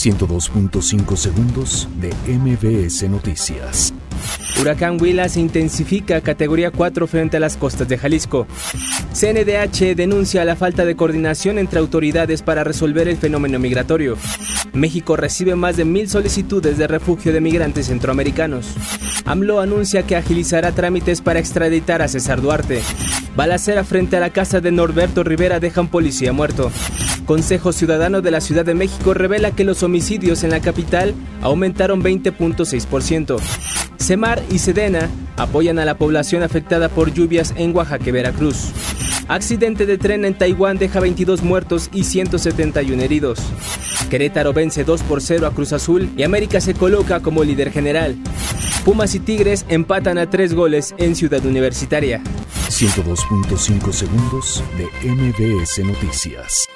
102.5 segundos de MBS Noticias. Huracán Huila se intensifica, categoría 4 frente a las costas de Jalisco. CNDH denuncia la falta de coordinación entre autoridades para resolver el fenómeno migratorio. México recibe más de 1,000 solicitudes de refugio de migrantes centroamericanos. AMLO anuncia que agilizará trámites para extraditar a César Duarte. Balacera frente a la casa de Norberto Rivera dejan policía muerto. Consejo Ciudadano de la Ciudad de México revela que los homicidios en la capital aumentaron 20.6%. CEMAR y SEDENA apoyan a la población afectada por lluvias en Oaxaca y Veracruz. Accidente de tren en Taiwán deja 22 muertos y 171 heridos. Querétaro vence 2-0 a Cruz Azul y América se coloca como líder general. Pumas y Tigres empatan a 3 goles en Ciudad Universitaria. 102.5 segundos de MBS Noticias.